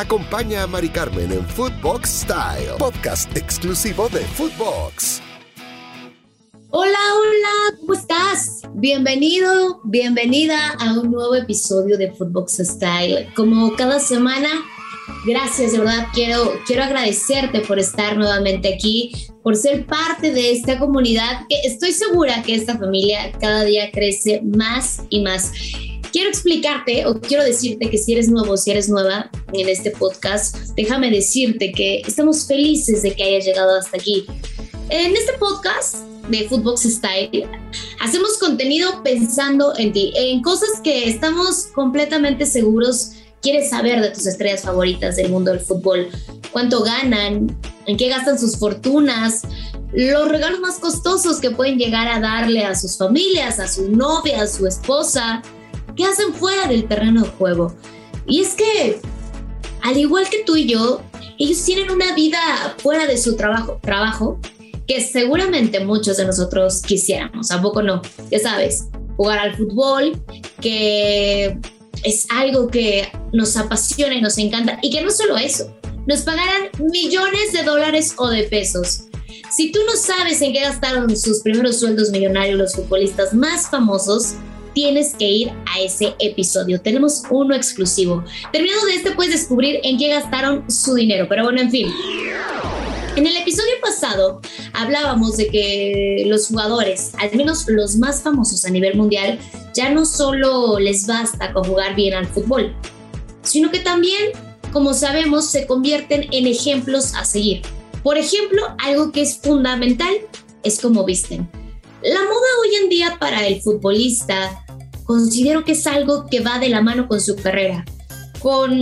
Acompaña a Mari Carmen en Footbox Style, podcast exclusivo de Footbox. Hola, ¿cómo estás? Bienvenido, bienvenida a un nuevo episodio de Footbox Style. Como cada semana, gracias, de verdad, quiero agradecerte por estar nuevamente aquí, por ser parte de esta comunidad, que estoy segura que esta familia cada día crece más y más. Quiero explicarte o quiero decirte que si eres nuevo o si eres nueva en este podcast, déjame decirte que estamos felices de que hayas llegado hasta aquí. En este podcast de Footbox Style hacemos contenido pensando en ti, en cosas que estamos completamente seguros quieres saber de tus estrellas favoritas del mundo del fútbol. ¿Cuánto ganan? ¿En qué gastan sus fortunas? Los regalos más costosos que pueden llegar a darle a sus familias, a su novia, a su esposa. ¿Qué hacen fuera del terreno de juego? Y es que, al igual que tú y yo, ellos tienen una vida fuera de su trabajo que seguramente muchos de nosotros quisiéramos. ¿A poco no? Ya sabes, jugar al fútbol, que es algo que nos apasiona y nos encanta. Y que no solo eso, nos pagarán millones de dólares o de pesos. Si tú no sabes en qué gastaron sus primeros sueldos millonarios los futbolistas más famosos, tienes que ir a ese episodio. Tenemos uno exclusivo. Terminado de este, puedes descubrir en qué gastaron su dinero. Pero bueno, en fin. En el episodio pasado hablábamos de que los jugadores, al menos los más famosos a nivel mundial, ya no solo les basta con jugar bien al fútbol, sino que también, como sabemos, se convierten en ejemplos a seguir. Por ejemplo, algo que es fundamental es cómo visten. La moda hoy en día para el futbolista considero que es algo que va de la mano con su carrera, con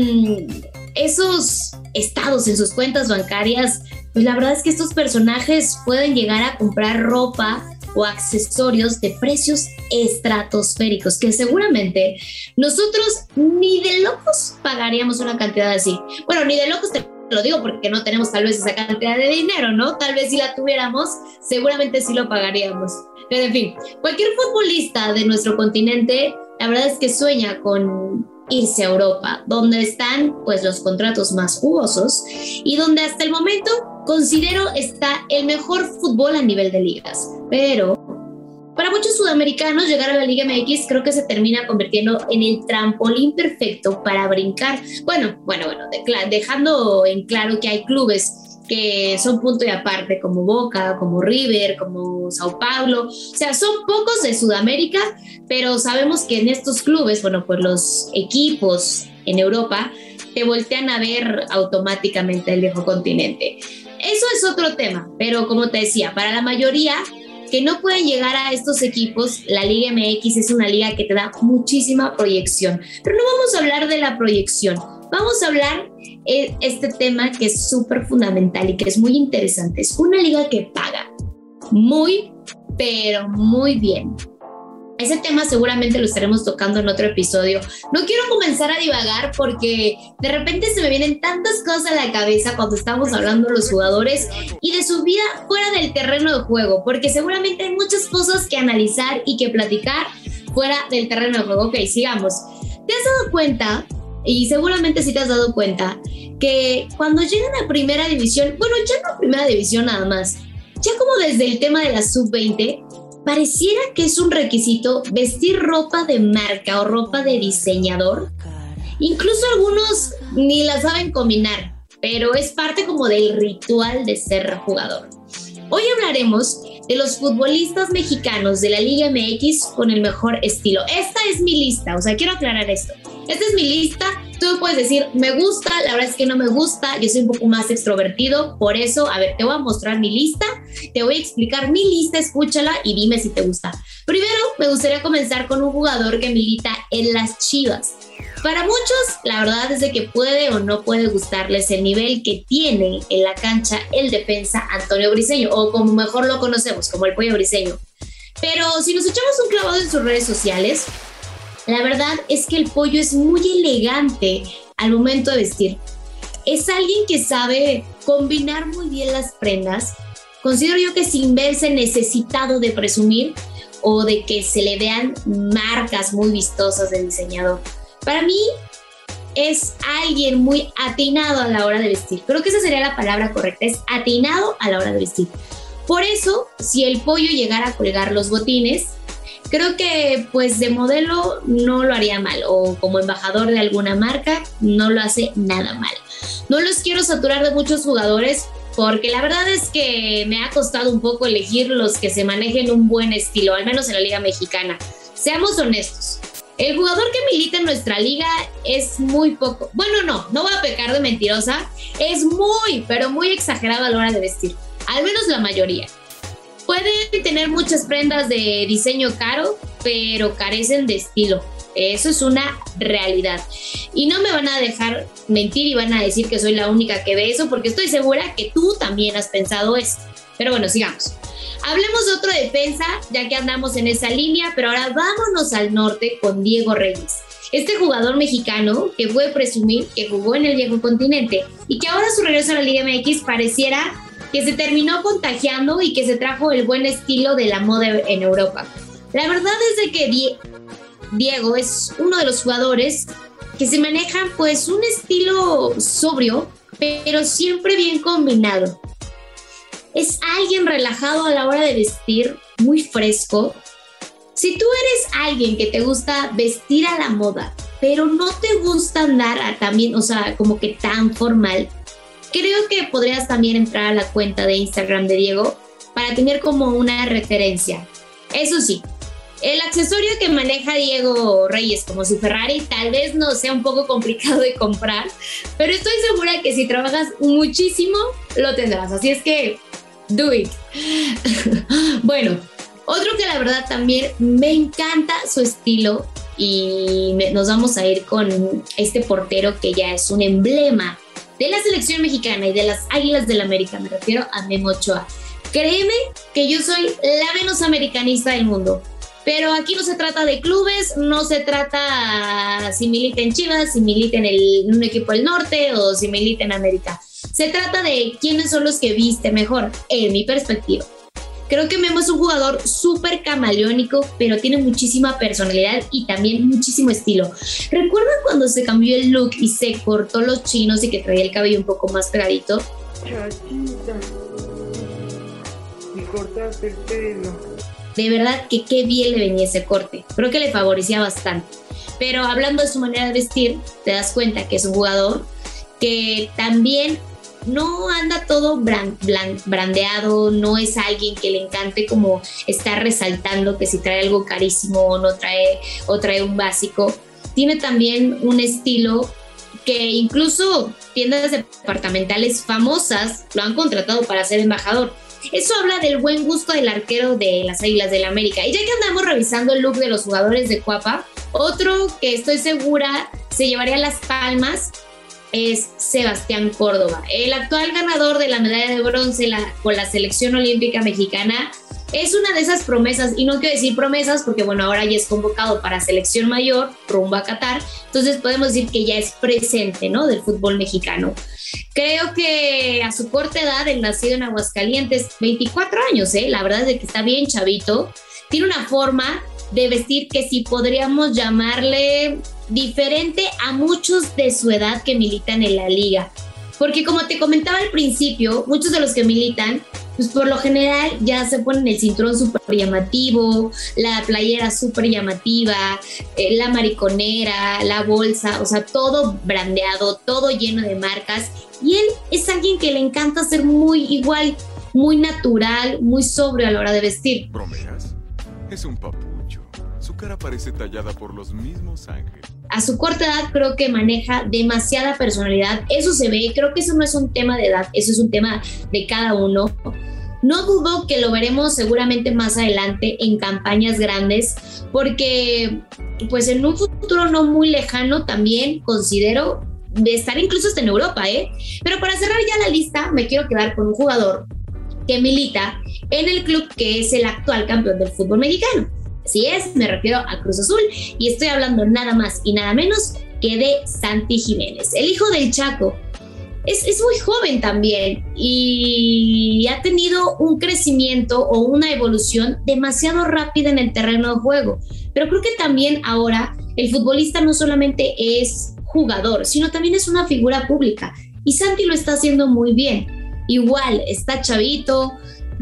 esos estados en sus cuentas bancarias. Pues la verdad es que estos personajes pueden llegar a comprar ropa o accesorios de precios estratosféricos que seguramente nosotros ni de locos pagaríamos una cantidad así. Bueno, ni de locos te lo digo porque no tenemos tal vez esa cantidad de dinero, ¿no? Tal vez si la tuviéramos, seguramente sí lo pagaríamos. Pero en fin, cualquier futbolista de nuestro continente, la verdad es que sueña con irse a Europa, donde están pues los contratos más jugosos y donde hasta el momento considero está el mejor fútbol a nivel de ligas. Pero para muchos sudamericanos llegar a la Liga MX creo que se termina convirtiendo en el trampolín perfecto para brincar. Bueno, dejando en claro que hay clubes que son punto y aparte, como Boca, como River, como Sao Paulo. O sea, son pocos de Sudamérica, pero sabemos que en estos clubes, bueno, pues los equipos en Europa te voltean a ver automáticamente el viejo continente. Eso es otro tema, pero como te decía, para la mayoría que no pueden llegar a estos equipos, la Liga MX es una liga que te da muchísima proyección. Pero no vamos a hablar de la proyección, vamos a hablar de este tema que es súper fundamental y que es muy interesante. Es una liga que paga muy, pero muy bien. Ese tema seguramente lo estaremos tocando en otro episodio. No quiero comenzar a divagar porque de repente se me vienen tantas cosas a la cabeza cuando estamos hablando de los jugadores y de su vida fuera del terreno de juego, porque seguramente hay muchas cosas que analizar y que platicar fuera del terreno de juego. Ok, sigamos. ¿Te has dado cuenta? Y seguramente sí te has dado cuenta que cuando llegan a primera división, bueno, ya no a primera división nada más, ya como desde el tema de la sub-20, pareciera que es un requisito vestir ropa de marca o ropa de diseñador. Incluso algunos ni la saben combinar, pero es parte como del ritual de ser jugador. Hoy hablaremos de los futbolistas mexicanos de la Liga MX con el mejor estilo. Esta es mi lista, o sea, quiero aclarar esto. Esta es mi lista. Tú puedes decir, me gusta, la verdad es que no me gusta, yo soy un poco más extrovertido, por eso, a ver, te voy a mostrar mi lista, te voy a explicar mi lista, escúchala y dime si te gusta. Primero, me gustaría comenzar con un jugador que milita en las Chivas. Para muchos, la verdad es de que puede o no puede gustarles el nivel que tiene en la cancha el defensa Antonio Briseño, o como mejor lo conocemos, como el Pollo Briseño. Pero si nos echamos un clavado en sus redes sociales, la verdad es que el Pollo es muy elegante al momento de vestir. Es alguien que sabe combinar muy bien las prendas. Considero yo que sin verse necesitado de presumir o de que se le vean marcas muy vistosas del diseñador. Para mí, es alguien muy atinado a la hora de vestir. Creo que esa sería la palabra correcta, es atinado a la hora de vestir. Por eso, si el Pollo llegara a colgar los botines, creo que pues de modelo no lo haría mal, o como embajador de alguna marca no lo hace nada mal. No los quiero saturar de muchos jugadores porque la verdad es que me ha costado un poco elegir los que se manejen un buen estilo, al menos en la Liga Mexicana. Seamos honestos, el jugador que milita en nuestra liga es muy poco, bueno, no voy a pecar de mentirosa, es muy, pero muy exagerado a la hora de vestir, al menos la mayoría. Pueden tener muchas prendas de diseño caro, pero carecen de estilo. Eso es una realidad. Y no me van a dejar mentir y van a decir que soy la única que ve eso, porque estoy segura que tú también has pensado eso. Pero bueno, sigamos. Hablemos de otro defensa, ya que andamos en esa línea, pero ahora vámonos al norte con Diego Reyes. Este jugador mexicano que puede presumir que jugó en el viejo continente y que ahora su regreso a la Liga MX pareciera que se terminó contagiando y que se trajo el buen estilo de la moda en Europa. La verdad es de que Diego es uno de los jugadores que se manejan pues un estilo sobrio, pero siempre bien combinado. Es alguien relajado a la hora de vestir, muy fresco. Si tú eres alguien que te gusta vestir a la moda, pero no te gusta andar también, o sea, como que tan formal, creo que podrías también entrar a la cuenta de Instagram de Diego para tener como una referencia. Eso sí, el accesorio que maneja Diego Reyes como su Ferrari tal vez no sea un poco complicado de comprar, pero estoy segura que si trabajas muchísimo lo tendrás, así es que do it. Bueno, otro que la verdad también me encanta su estilo y nos vamos a ir con este portero que ya es un emblema de la selección mexicana y de las Águilas del América, me refiero a Memo Ochoa. Créeme que yo soy la menos americanista del mundo, pero aquí no se trata de clubes, no se trata si milita en Chivas, si milita en un equipo del norte o si milita en América. Se trata de quiénes son los que viste mejor, en mi perspectiva. Creo que Memo es un jugador súper camaleónico, pero tiene muchísima personalidad y también muchísimo estilo. ¿Recuerdan cuando se cambió el look y se cortó los chinos y que traía el cabello un poco más pegadito? Chachita, me cortaste el pelo. De verdad que qué bien le venía ese corte. Creo que le favorecía bastante. Pero hablando de su manera de vestir, te das cuenta que es un jugador que también no anda todo brandeado, no es alguien que le encante como estar resaltando que si trae algo carísimo o trae un básico. Tiene también un estilo que incluso tiendas departamentales famosas lo han contratado para ser embajador. Eso habla del buen gusto del arquero de las Águilas del América. Y ya que andamos revisando el look de los jugadores de Cuapa, otro que estoy segura se llevaría las palmas es Sebastián Córdoba, el actual ganador de la medalla de bronce con la selección olímpica mexicana. Es una de esas promesas, y no quiero decir promesas porque bueno, ahora ya es convocado para selección mayor rumbo a Qatar, entonces podemos decir que ya es presente, ¿no?, del fútbol mexicano. Creo que a su corta edad, el nacido en Aguascalientes, 24 años, la verdad es que está bien chavito, tiene una forma de vestir que sí podríamos llamarle diferente a muchos de su edad que militan en la liga. Porque como te comentaba al principio, muchos de los que militan, pues por lo general ya se ponen el cinturón súper llamativo, la playera súper llamativa, la mariconera, la bolsa, o sea, todo brandeado, todo lleno de marcas. Y él es alguien que le encanta ser muy igual, muy natural, muy sobrio a la hora de vestir. ¿Bromeas? Es un papucho. Su cara parece tallada por los mismos ángeles. A su corta edad creo que maneja demasiada personalidad. Eso se ve, creo que eso no es un tema de edad, eso es un tema de cada uno. No dudo que lo veremos seguramente más adelante en campañas grandes, porque pues en un futuro no muy lejano también considero de estar incluso hasta en Europa, Pero para cerrar ya la lista, me quiero quedar con un jugador que milita en el club que es el actual campeón del fútbol mexicano. Así es, me refiero a Cruz Azul y estoy hablando nada más y nada menos que de Santi Jiménez, el hijo del Chaco. Es muy joven también y ha tenido un crecimiento o una evolución demasiado rápida en el terreno de juego. Pero creo que también ahora el futbolista no solamente es jugador, sino también es una figura pública. Y Santi lo está haciendo muy bien. Igual, está chavito,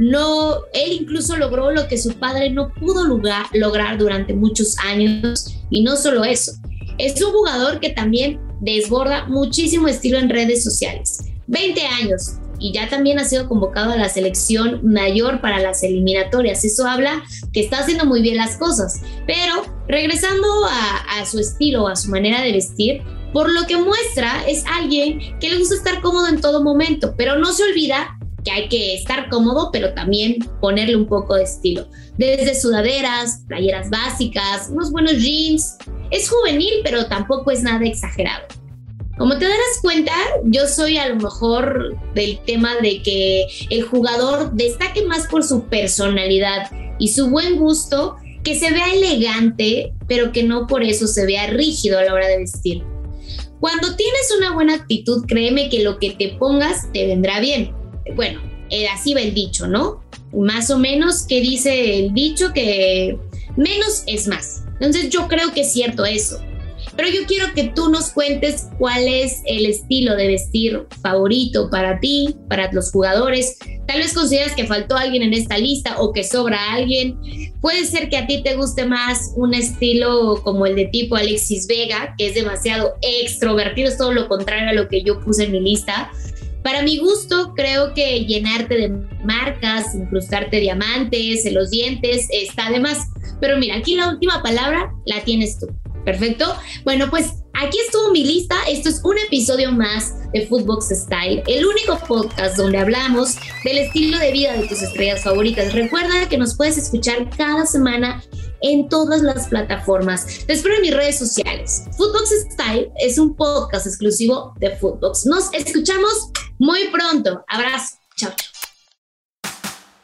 él incluso logró lo que su padre no pudo lograr durante muchos años. Y no solo eso, es un jugador que también desborda muchísimo estilo en redes sociales. 20 años y ya también ha sido convocado a la selección mayor para las eliminatorias. Eso habla que está haciendo muy bien las cosas. Pero regresando a su estilo, a su manera de vestir, por lo que muestra es alguien que le gusta estar cómodo en todo momento, pero no se olvida que hay que estar cómodo, pero también ponerle un poco de estilo. Desde sudaderas, playeras básicas, unos buenos jeans. Es juvenil, pero tampoco es nada exagerado. Como te darás cuenta, yo soy a lo mejor del tema de que el jugador destaque más por su personalidad y su buen gusto, que se vea elegante, pero que no por eso se vea rígido a la hora de vestir. Cuando tienes una buena actitud, créeme que lo que te pongas te vendrá bien. Bueno, así va el dicho, ¿no? Más o menos que dice el dicho que menos es más. Entonces yo creo que es cierto eso. Pero yo quiero que tú nos cuentes cuál es el estilo de vestir favorito para ti, para los jugadores. Tal vez consideras que faltó alguien en esta lista o que sobra alguien. Puede ser que a ti te guste más un estilo como el de tipo Alexis Vega, que es demasiado extrovertido, es todo lo contrario a lo que yo puse en mi lista. Para mi gusto, creo que llenarte de marcas, incrustarte diamantes en los dientes, está de más. Pero mira, aquí la última palabra la tienes tú. ¿Perfecto? Bueno, pues aquí estuvo mi lista. Esto es un episodio más de Footbox Style, el único podcast donde hablamos del estilo de vida de tus estrellas favoritas. Recuerda que nos puedes escuchar cada semana en todas las plataformas. Te espero en mis redes sociales. Footbox Style es un podcast exclusivo de Footbox. Nos escuchamos muy pronto. Abrazo. Chao.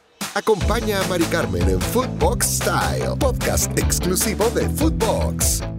Acompaña a Mari Carmen en Footbox Style, podcast exclusivo de Footbox.